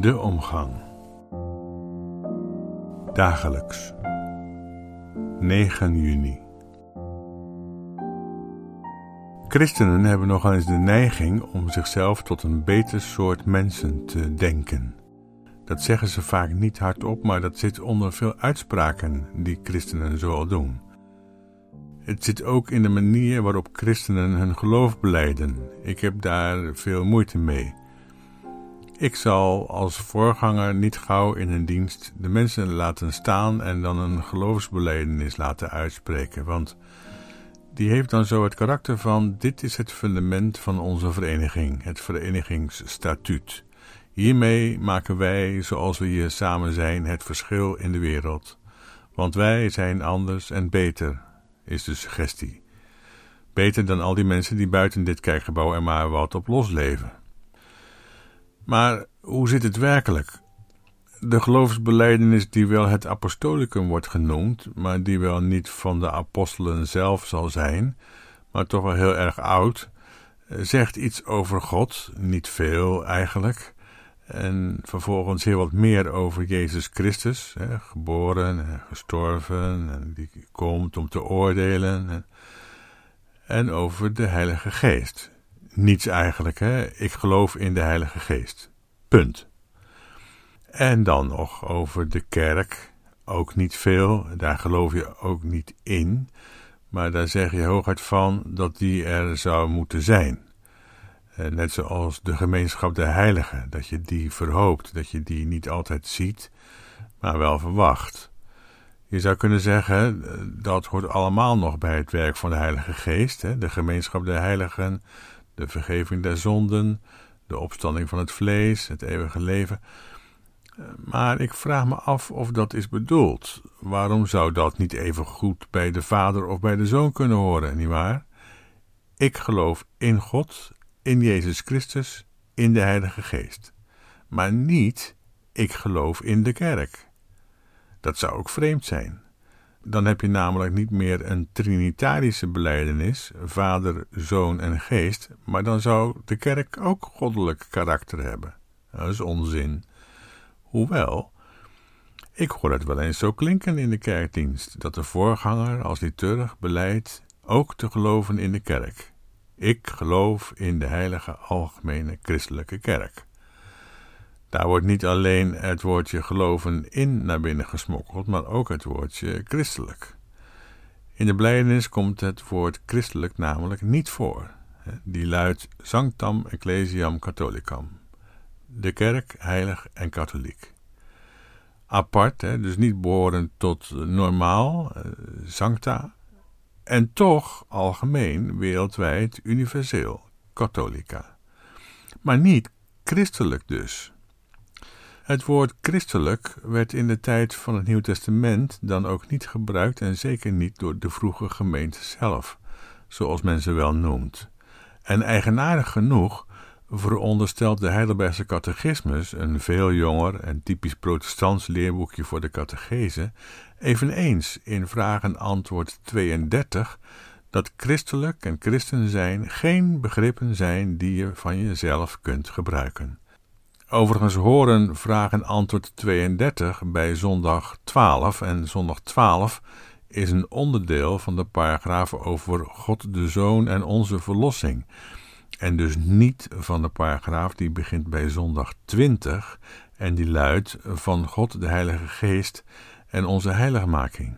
De omgang. Dagelijks. 9 juni. Christenen hebben nogal eens de neiging om zichzelf tot een beter soort mensen te denken. Dat zeggen ze vaak niet hardop, maar dat zit onder veel uitspraken die christenen zoal doen. Het zit ook in de manier waarop christenen hun geloof belijden. Ik heb daar veel moeite mee. Ik zal als voorganger niet gauw in een dienst de mensen laten staan en dan een geloofsbelijdenis laten uitspreken, want die heeft dan zo het karakter van: dit is het fundament van onze vereniging, het verenigingsstatuut. Hiermee maken wij, zoals we hier samen zijn, het verschil in de wereld. Want wij zijn anders en beter, is de suggestie. Beter dan al die mensen die buiten dit kerkgebouw er maar wat op losleven. Maar hoe zit het werkelijk? De geloofsbelijdenis die wel het apostolicum wordt genoemd, maar die wel niet van de apostelen zelf zal zijn, maar toch wel heel erg oud, zegt iets over God, niet veel eigenlijk, en vervolgens heel wat meer over Jezus Christus, geboren en gestorven, en die komt om te oordelen, en over de Heilige Geest. Niets eigenlijk, ik geloof in de Heilige Geest. Punt. En dan nog over de kerk, ook niet veel, daar geloof je ook niet in, maar daar zeg je hooguit van dat die er zou moeten zijn. Net zoals de gemeenschap der heiligen, dat je die verhoopt, dat je die niet altijd ziet, maar wel verwacht. Je zou kunnen zeggen, dat hoort allemaal nog bij het werk van de Heilige Geest, de gemeenschap der heiligen, de vergeving der zonden, de opstanding van het vlees, het eeuwige leven. Maar ik vraag me af of dat is bedoeld. Waarom zou dat niet even goed bij de Vader of bij de Zoon kunnen horen, nietwaar? Ik geloof in God, in Jezus Christus, in de Heilige Geest. Maar niet, ik geloof in de kerk. Dat zou ook vreemd zijn. Dan heb je namelijk niet meer een trinitarische belijdenis, Vader, Zoon en Geest, maar dan zou de kerk ook goddelijk karakter hebben. Dat is onzin. Hoewel, ik hoor het wel eens zo klinken in de kerkdienst, dat de voorganger als liturg belijdt ook te geloven in de kerk. Ik geloof in de heilige algemene christelijke kerk. Daar wordt niet alleen het woordje geloven in naar binnen gesmokkeld, maar ook het woordje christelijk. In de belijdenis komt het woord christelijk namelijk niet voor. Die luidt sanctam ecclesiam catholicam. De kerk, heilig en katholiek. Apart, dus niet behorend tot normaal, sancta, en toch algemeen, wereldwijd, universeel, katholica. Maar niet christelijk dus. Het woord christelijk werd in de tijd van het Nieuw Testament dan ook niet gebruikt en zeker niet door de vroege gemeente zelf, zoals men ze wel noemt. En eigenaardig genoeg veronderstelt de Heidelbergse Catechismus, een veel jonger en typisch protestants leerboekje voor de catechese, eveneens in vraag en antwoord 32, dat christelijk en christen zijn geen begrippen zijn die je van jezelf kunt gebruiken. Overigens horen vraag en antwoord 32 bij zondag 12 en zondag 12 is een onderdeel van de paragraaf over God de Zoon en onze verlossing. En dus niet van de paragraaf die begint bij zondag 20 en die luidt van God de Heilige Geest en onze heiligmaking.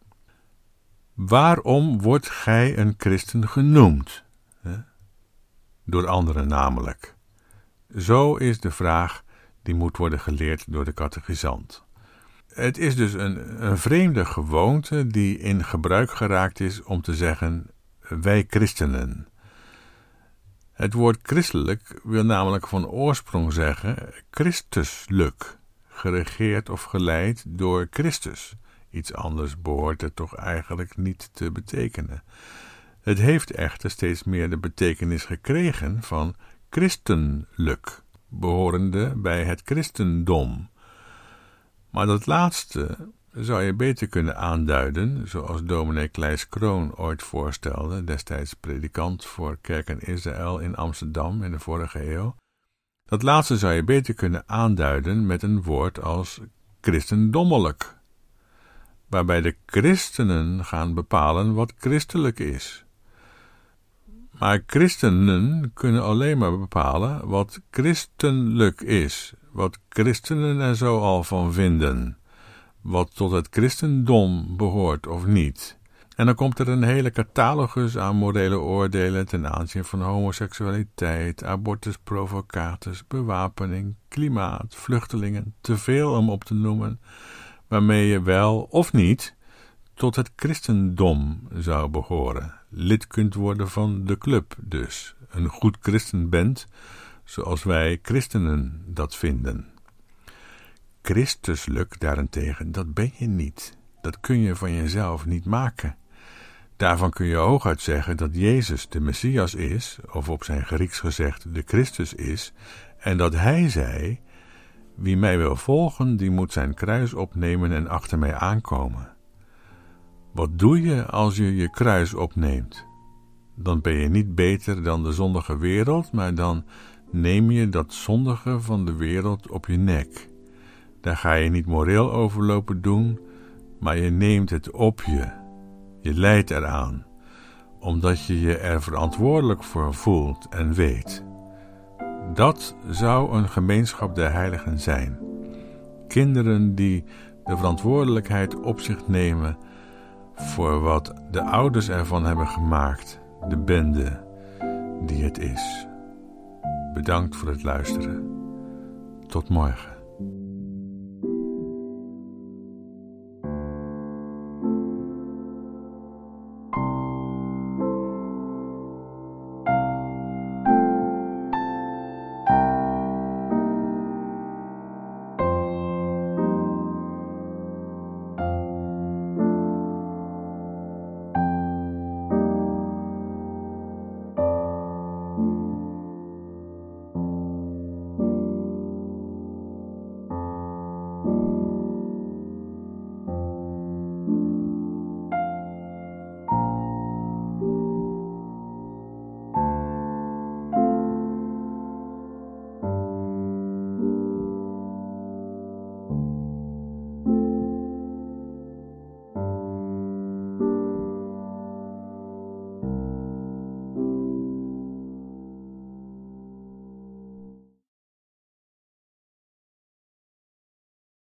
Waarom wordt gij een christen genoemd? Door anderen namelijk. Zo is de vraag die moet worden geleerd door de catechisant. Het is dus een vreemde gewoonte die in gebruik geraakt is om te zeggen wij christenen. Het woord christelijk wil namelijk van oorsprong zeggen Christuslijk, geregeerd of geleid door Christus. Iets anders behoort het toch eigenlijk niet te betekenen. Het heeft echter steeds meer de betekenis gekregen van christenlijk, behorende bij het christendom. Maar dat laatste zou je beter kunnen aanduiden, zoals dominee Kleijs Kroon ooit voorstelde, destijds predikant voor Kerk en Israël in Amsterdam in de vorige eeuw, Dat laatste zou je beter kunnen aanduiden met een woord als christendommelijk, waarbij de christenen gaan bepalen wat christelijk is. Maar christenen kunnen alleen maar bepalen wat christenlijk is, wat christenen er zo al van vinden, wat tot het christendom behoort of niet. En dan komt er een hele catalogus aan morele oordelen ten aanzien van homoseksualiteit, abortus provocatus, bewapening, klimaat, vluchtelingen, te veel om op te noemen, waarmee je wel of niet tot het christendom zou behoren. Lid kunt worden van de club dus. Een goed christen bent, zoals wij christenen dat vinden. Christuslijk daarentegen, dat ben je niet. Dat kun je van jezelf niet maken. Daarvan kun je hooguit zeggen dat Jezus de Messias is, of op zijn Grieks gezegd de Christus is, en dat hij zei: wie mij wil volgen, die moet zijn kruis opnemen en achter mij aankomen. Wat doe je als je je kruis opneemt? Dan ben je niet beter dan de zondige wereld, maar dan neem je dat zondige van de wereld op je nek. Daar ga je niet moreel overlopen doen, maar je neemt het op je. Je lijdt eraan, omdat je je er verantwoordelijk voor voelt en weet. Dat zou een gemeenschap der heiligen zijn. Kinderen die de verantwoordelijkheid op zich nemen voor wat de ouders ervan hebben gemaakt, de bende die het is. Bedankt voor het luisteren. Tot morgen.